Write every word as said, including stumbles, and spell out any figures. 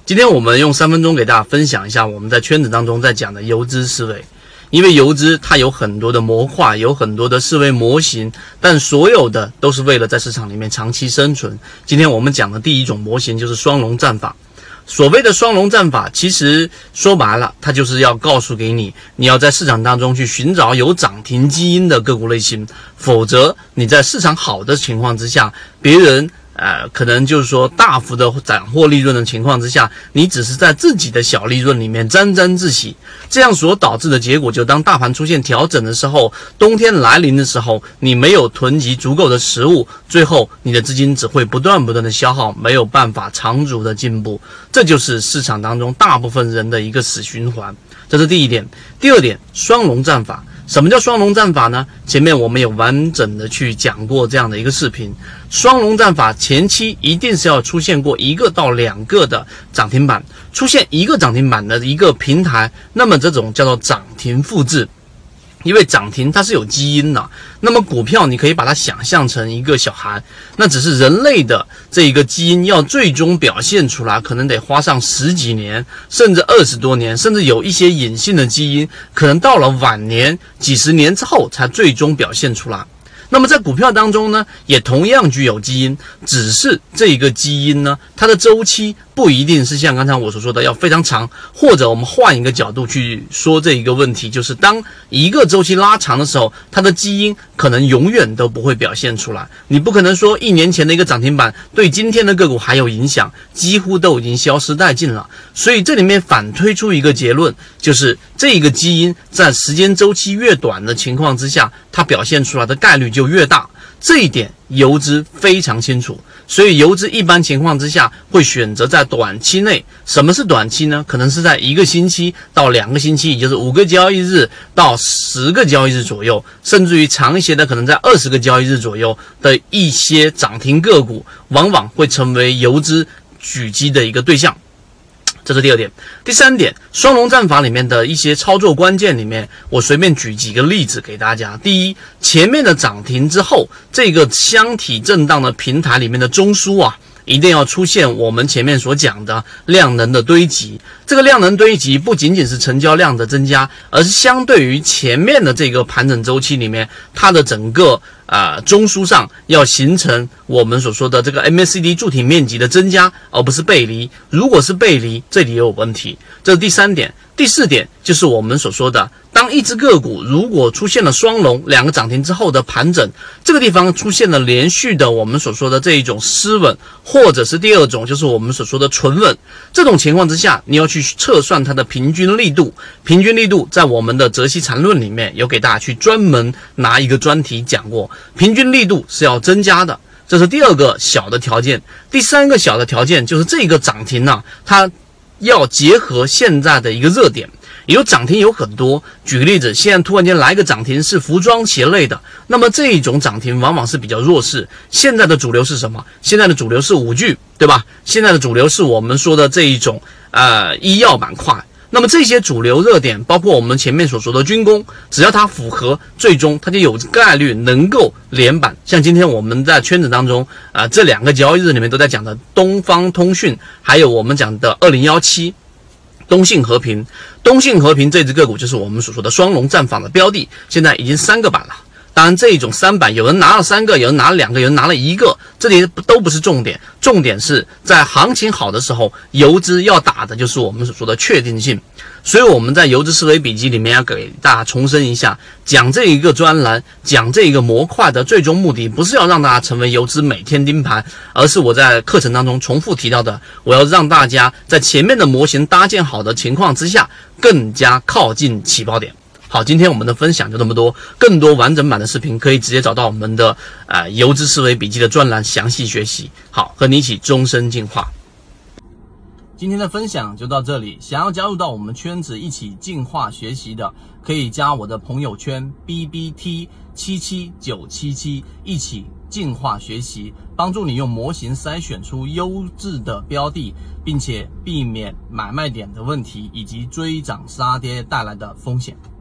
今天我们用三分钟给大家分享一下我们在圈子当中在讲的游资思维。因为游资它有很多的模块，有很多的思维模型，但所有的都是为了在市场里面长期生存。今天我们讲的第一种模型就是双龙战法。所谓的双龙战法，其实说白了，它就是要告诉给你，你要在市场当中去寻找有涨停基因的个股类型，否则你在市场好的情况之下，别人呃，可能就是说大幅的斩获利润的情况之下，你只是在自己的小利润里面沾沾自喜，这样所导致的结果，就当大盘出现调整的时候，冬天来临的时候，你没有囤积足够的食物，最后你的资金只会不断不断的消耗，没有办法长足的进步，这就是市场当中大部分人的一个死循环。这是第一点。第二点，双龙战法。什么叫双龙战法呢？前面我们有完整的去讲过这样的一个视频。双龙战法前期一定是要出现过一个到两个的涨停板，出现一个涨停板的一个平台，那么这种叫做涨停复制。因为涨停它是有基因的，那么股票你可以把它想象成一个小孩，那只是人类的这一个基因要最终表现出来，可能得花上十几年，甚至二十多年，甚至有一些隐性的基因，可能到了晚年几十年之后才最终表现出来。那么在股票当中呢，也同样具有基因，只是这个基因呢，它的周期不一定是像刚才我所说的要非常长，或者我们换一个角度去说这一个问题，就是当一个周期拉长的时候，它的基因可能永远都不会表现出来。你不可能说一年前的一个涨停板对今天的个股还有影响，几乎都已经消失殆尽了。所以这里面反推出一个结论，就是这个基因在时间周期越短的情况之下，它表现出来的概率就越大。这一点游资非常清楚，所以游资一般情况之下会选择在短期内。什么是短期呢？可能是在一个星期到两个星期，也就是五个交易日到十个交易日左右，甚至于长一些的可能在二十个交易日左右的一些涨停个股，往往会成为游资狙击的一个对象。这是第二点。第三点，双龙战法里面的一些操作关键里面，我随便举几个例子给大家。第一，前面的涨停之后，这个箱体震荡的平台里面的中枢啊，一定要出现我们前面所讲的量能的堆积。这个量能堆积不仅仅是成交量的增加，而是相对于前面的这个盘整周期里面，它的整个呃中枢上要形成我们所说的这个 M A C D 柱体面积的增加，而不是背离。如果是背离，这里也有问题。这是第三点。第四点就是我们所说的，当一只个股如果出现了双龙，两个涨停之后的盘整，这个地方出现了连续的我们所说的这一种失稳，或者是第二种就是我们所说的纯稳，这种情况之下，你要去测算它的平均力度。平均力度在我们的泽熙禅论里面有给大家去专门拿一个专题讲过，平均力度是要增加的。这是第二个小的条件。第三个小的条件就是这个涨停啊，它要结合现在的一个热点，也有涨停有很多。举个例子，现在突然间来个涨停是服装鞋类的，那么这一种涨停往往是比较弱势。现在的主流是什么？现在的主流是五 G， 对吧？现在的主流是我们说的这一种呃医药板块。那么这些主流热点，包括我们前面所说的军工，只要它符合，最终它就有概率能够连板。像今天我们在圈子当中啊、呃，这两个交易日里面都在讲的东方通讯，还有我们讲的二零一七东信和平。东信和平这只个股就是我们所说的双龙战法的标的，现在已经三个板了。当然这种三板有人拿了三个，有人拿了两个，有人拿了一个，这里都不是重点，重点是在行情好的时候，游资要打的就是我们所说的确定性。所以我们在游资思维笔记里面要给大家重申一下，讲这一个专栏，讲这一个模块的最终目的，不是要让大家成为游资每天盯盘，而是我在课程当中重复提到的，我要让大家在前面的模型搭建好的情况之下，更加靠近起爆点。好，今天我们的分享就这么多，更多完整版的视频可以直接找到我们的呃游资思维笔记的专栏详细学习。好，和你一起终身进化。今天的分享就到这里，想要加入到我们圈子一起进化学习的，可以加我的朋友圈 B B T 七七九七七，一起进化学习，帮助你用模型筛选出优质的标的，并且避免买卖点的问题以及追涨杀跌带来的风险。